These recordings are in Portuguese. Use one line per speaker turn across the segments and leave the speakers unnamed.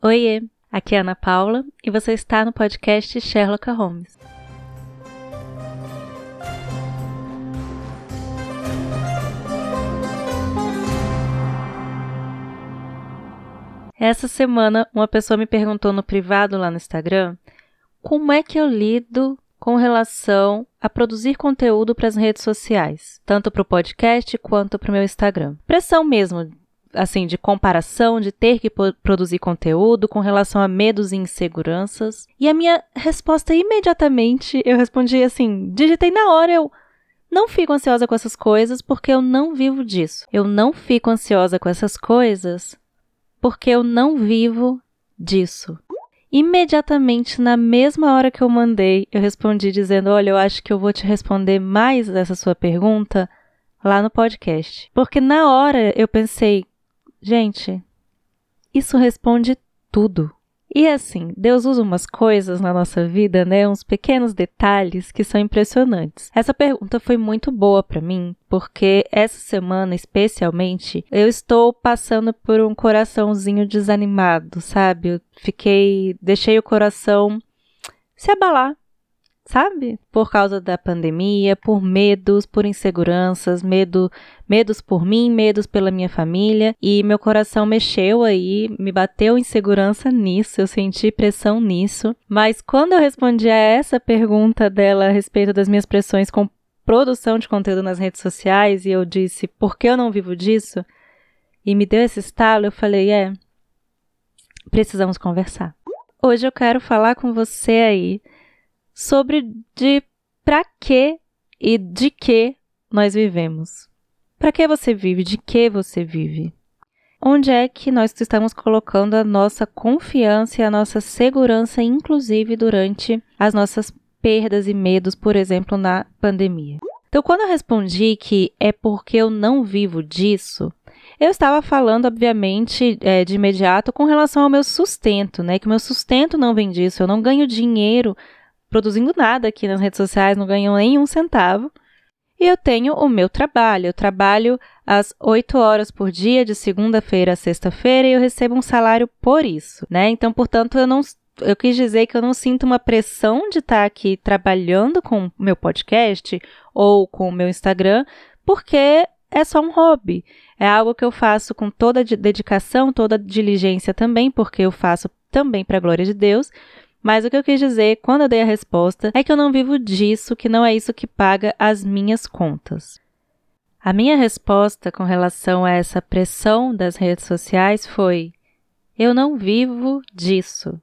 Oiê, aqui é a Ana Paula e você está no podcast Sherlock Holmes. Essa semana, uma pessoa me perguntou no privado lá no Instagram como é que eu lido com relação a produzir conteúdo para as redes sociais, tanto para o podcast quanto para o meu Instagram. Pressão mesmo, assim, de comparação, de ter que produzir conteúdo com relação a medos e inseguranças. E a minha resposta imediatamente, eu respondi assim, digitei na hora, eu não fico ansiosa com essas coisas porque eu não vivo disso. Eu não fico ansiosa com essas coisas porque eu não vivo disso. Imediatamente, na mesma hora que eu mandei, eu respondi dizendo, olha, eu acho que eu vou te responder mais dessa sua pergunta lá no podcast. Porque na hora eu pensei, gente, isso responde tudo. E assim, Deus usa umas coisas na nossa vida, né? Uns pequenos detalhes que são impressionantes. Essa pergunta foi muito boa para mim, porque essa semana, especialmente, eu estou passando por um coraçãozinho desanimado, sabe? Deixei o coração se abalar, sabe? Por causa da pandemia, por medos, por inseguranças, medos por mim, medos pela minha família, e meu coração mexeu aí, me bateu insegurança nisso, eu senti pressão nisso, mas quando eu respondi a essa pergunta dela a respeito das minhas pressões com produção de conteúdo nas redes sociais, e eu disse, por que eu não vivo disso? E me deu esse estalo, eu falei, precisamos conversar. Hoje eu quero falar com você aí sobre para que e de que nós vivemos. Para que você vive? De que você vive? Onde é que nós estamos colocando a nossa confiança e a nossa segurança, inclusive durante as nossas perdas e medos, por exemplo, na pandemia? Então, quando eu respondi que é porque eu não vivo disso, eu estava falando, obviamente, de imediato com relação ao meu sustento, né? Que o meu sustento não vem disso, eu não ganho dinheiro produzindo nada aqui nas redes sociais, não ganho nem um centavo. E eu tenho o meu trabalho. Eu trabalho às 8 horas por dia, de segunda-feira a sexta-feira, e eu recebo um salário por isso, né? Então, portanto, eu quis dizer que eu não sinto uma pressão de estar aqui trabalhando com o meu podcast ou com o meu Instagram, porque é só um hobby. É algo que eu faço com toda a dedicação, toda a diligência também, porque eu faço também para a glória de Deus. Mas o que eu quis dizer, quando eu dei a resposta, é que eu não vivo disso, que não é isso que paga as minhas contas. A minha resposta com relação a essa pressão das redes sociais foi: eu não vivo disso.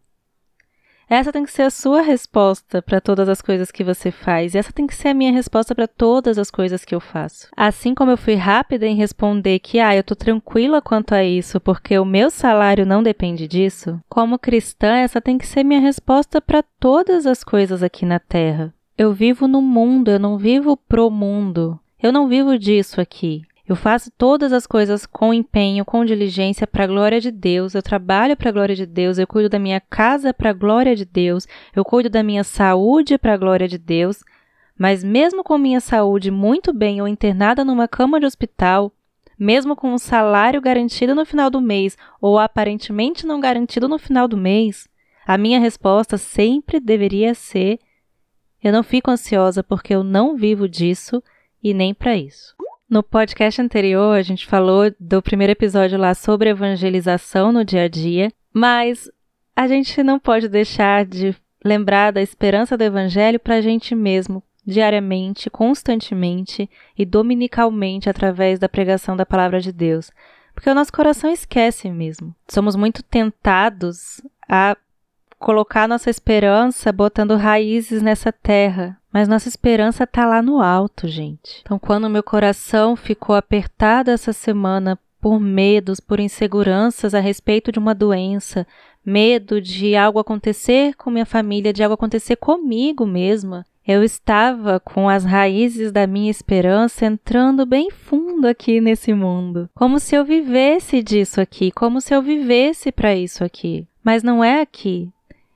Essa tem que ser a sua resposta para todas as coisas que você faz. E essa tem que ser a minha resposta para todas as coisas que eu faço. Assim como eu fui rápida em responder que eu tô tranquila quanto a isso porque o meu salário não depende disso, como cristã, essa tem que ser minha resposta para todas as coisas aqui na Terra. Eu vivo no mundo, eu não vivo pro mundo. Eu não vivo disso aqui. Eu faço todas as coisas com empenho, com diligência para a glória de Deus, eu trabalho para a glória de Deus, eu cuido da minha casa para a glória de Deus, eu cuido da minha saúde para a glória de Deus, mas mesmo com minha saúde muito bem ou internada numa cama de hospital, mesmo com um salário garantido no final do mês ou aparentemente não garantido no final do mês, a minha resposta sempre deveria ser: eu não fico ansiosa porque eu não vivo disso e nem para isso. No podcast anterior, a gente falou do primeiro episódio lá sobre evangelização no dia a dia, mas a gente não pode deixar de lembrar da esperança do evangelho para a gente mesmo, diariamente, constantemente e dominicalmente através da pregação da palavra de Deus, porque o nosso coração esquece mesmo. Somos muito tentados a colocar nossa esperança botando raízes nessa terra, mas nossa esperança está lá no alto, gente. Então, quando o meu coração ficou apertado essa semana por medos, por inseguranças a respeito de uma doença, medo de algo acontecer com minha família, de algo acontecer comigo mesma, eu estava com as raízes da minha esperança entrando bem fundo aqui nesse mundo. Como se eu vivesse disso aqui, como se eu vivesse para isso aqui. Mas não é aqui.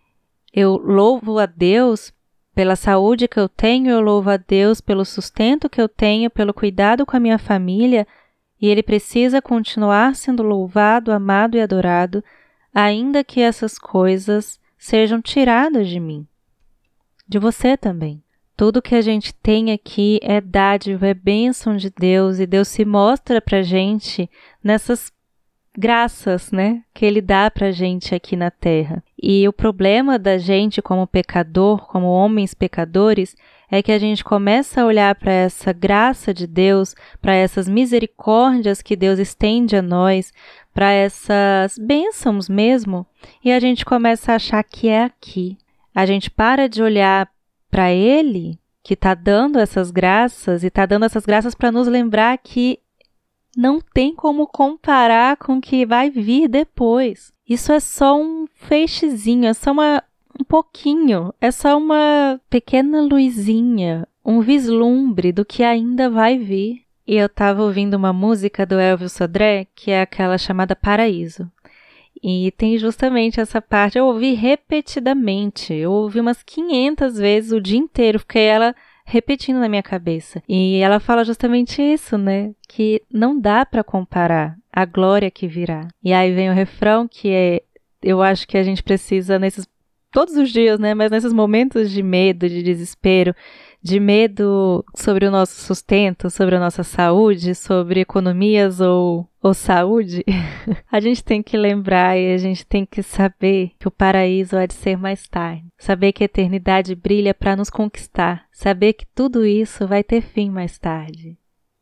Eu louvo a Deus pela saúde que eu tenho, eu louvo a Deus pelo sustento que eu tenho, pelo cuidado com a minha família, e Ele precisa continuar sendo louvado, amado e adorado, ainda que essas coisas sejam tiradas de mim, de você também. Tudo que a gente tem aqui é dádiva, é bênção de Deus, e Deus se mostra pra gente nessas graças, né, que Ele dá pra gente aqui na Terra. E o problema da gente como pecador, como homens pecadores, é que a gente começa a olhar para essa graça de Deus, para essas misericórdias que Deus estende a nós, para essas bênçãos mesmo, e a gente começa a achar que é aqui. A gente para de olhar para Ele, que está dando essas graças, e está dando essas graças para nos lembrar que não tem como comparar com o que vai vir depois. Isso é só um feixezinho, é só um pouquinho, é só uma pequena luzinha, um vislumbre do que ainda vai vir. E eu estava ouvindo uma música do Elvis Sodré, que é aquela chamada Paraíso. E tem justamente essa parte, eu ouvi repetidamente, eu ouvi umas 500 vezes o dia inteiro, fiquei ela repetindo na minha cabeça. E ela fala justamente isso, né? Que não dá para comparar a glória que virá. E aí vem o refrão que eu acho que a gente precisa todos os dias, né? Mas nesses momentos de medo, de desespero, de medo sobre o nosso sustento, sobre a nossa saúde, sobre economias ou saúde, a gente tem que lembrar e a gente tem que saber que o paraíso há de ser mais tarde. Saber que a eternidade brilha para nos conquistar. Saber que tudo isso vai ter fim mais tarde.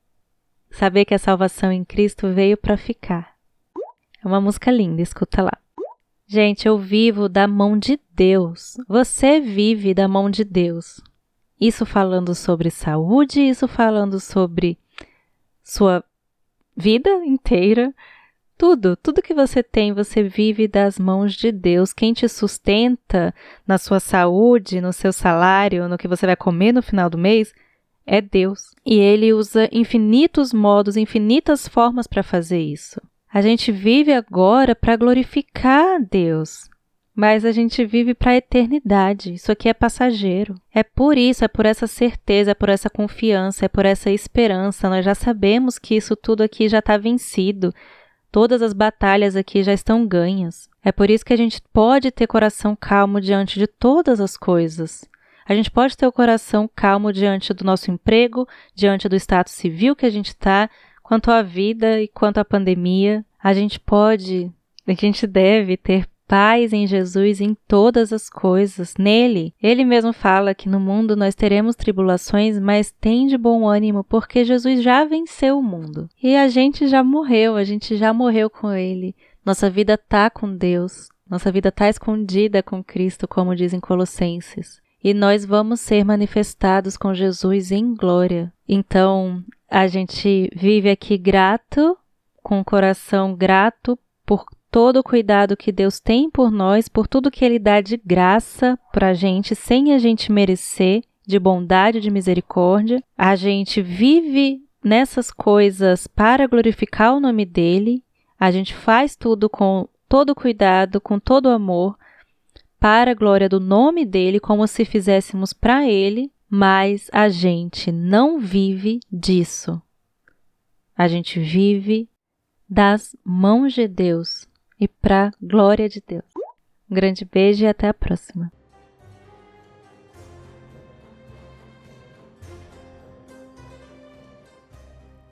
Saber que a salvação em Cristo veio para ficar. É uma música linda, escuta lá. Gente, eu vivo da mão de Deus. Você vive da mão de Deus. Isso falando sobre saúde, isso falando sobre sua vida inteira. Tudo que você tem, você vive das mãos de Deus. Quem te sustenta na sua saúde, no seu salário, no que você vai comer no final do mês, é Deus. E Ele usa infinitos modos, infinitas formas para fazer isso. A gente vive agora para glorificar a Deus, mas a gente vive para a eternidade. Isso aqui é passageiro. É por isso, é por essa certeza, é por essa confiança, é por essa esperança. Nós já sabemos que isso tudo aqui já está vencido. Todas as batalhas aqui já estão ganhas. É por isso que a gente pode ter coração calmo diante de todas as coisas. A gente pode ter o coração calmo diante do nosso emprego, diante do status civil que a gente está, quanto à vida e quanto à pandemia. A gente deve ter paz em Jesus em todas as coisas, nele. Ele mesmo fala que no mundo nós teremos tribulações, mas tem de bom ânimo, porque Jesus já venceu o mundo. E a gente já morreu com ele. Nossa vida está com Deus, nossa vida está escondida com Cristo, como diz em Colossenses. E nós vamos ser manifestados com Jesus em glória. Então, a gente vive aqui grato, com o coração grato por todo o cuidado que Deus tem por nós, por tudo que Ele dá de graça pra gente, sem a gente merecer, de bondade, de misericórdia. A gente vive nessas coisas para glorificar o nome dEle. A gente faz tudo com todo cuidado, com todo amor, para a glória do nome dEle, como se fizéssemos para Ele, mas a gente não vive disso. A gente vive das mãos de Deus e para a glória de Deus. Um grande beijo e até a próxima.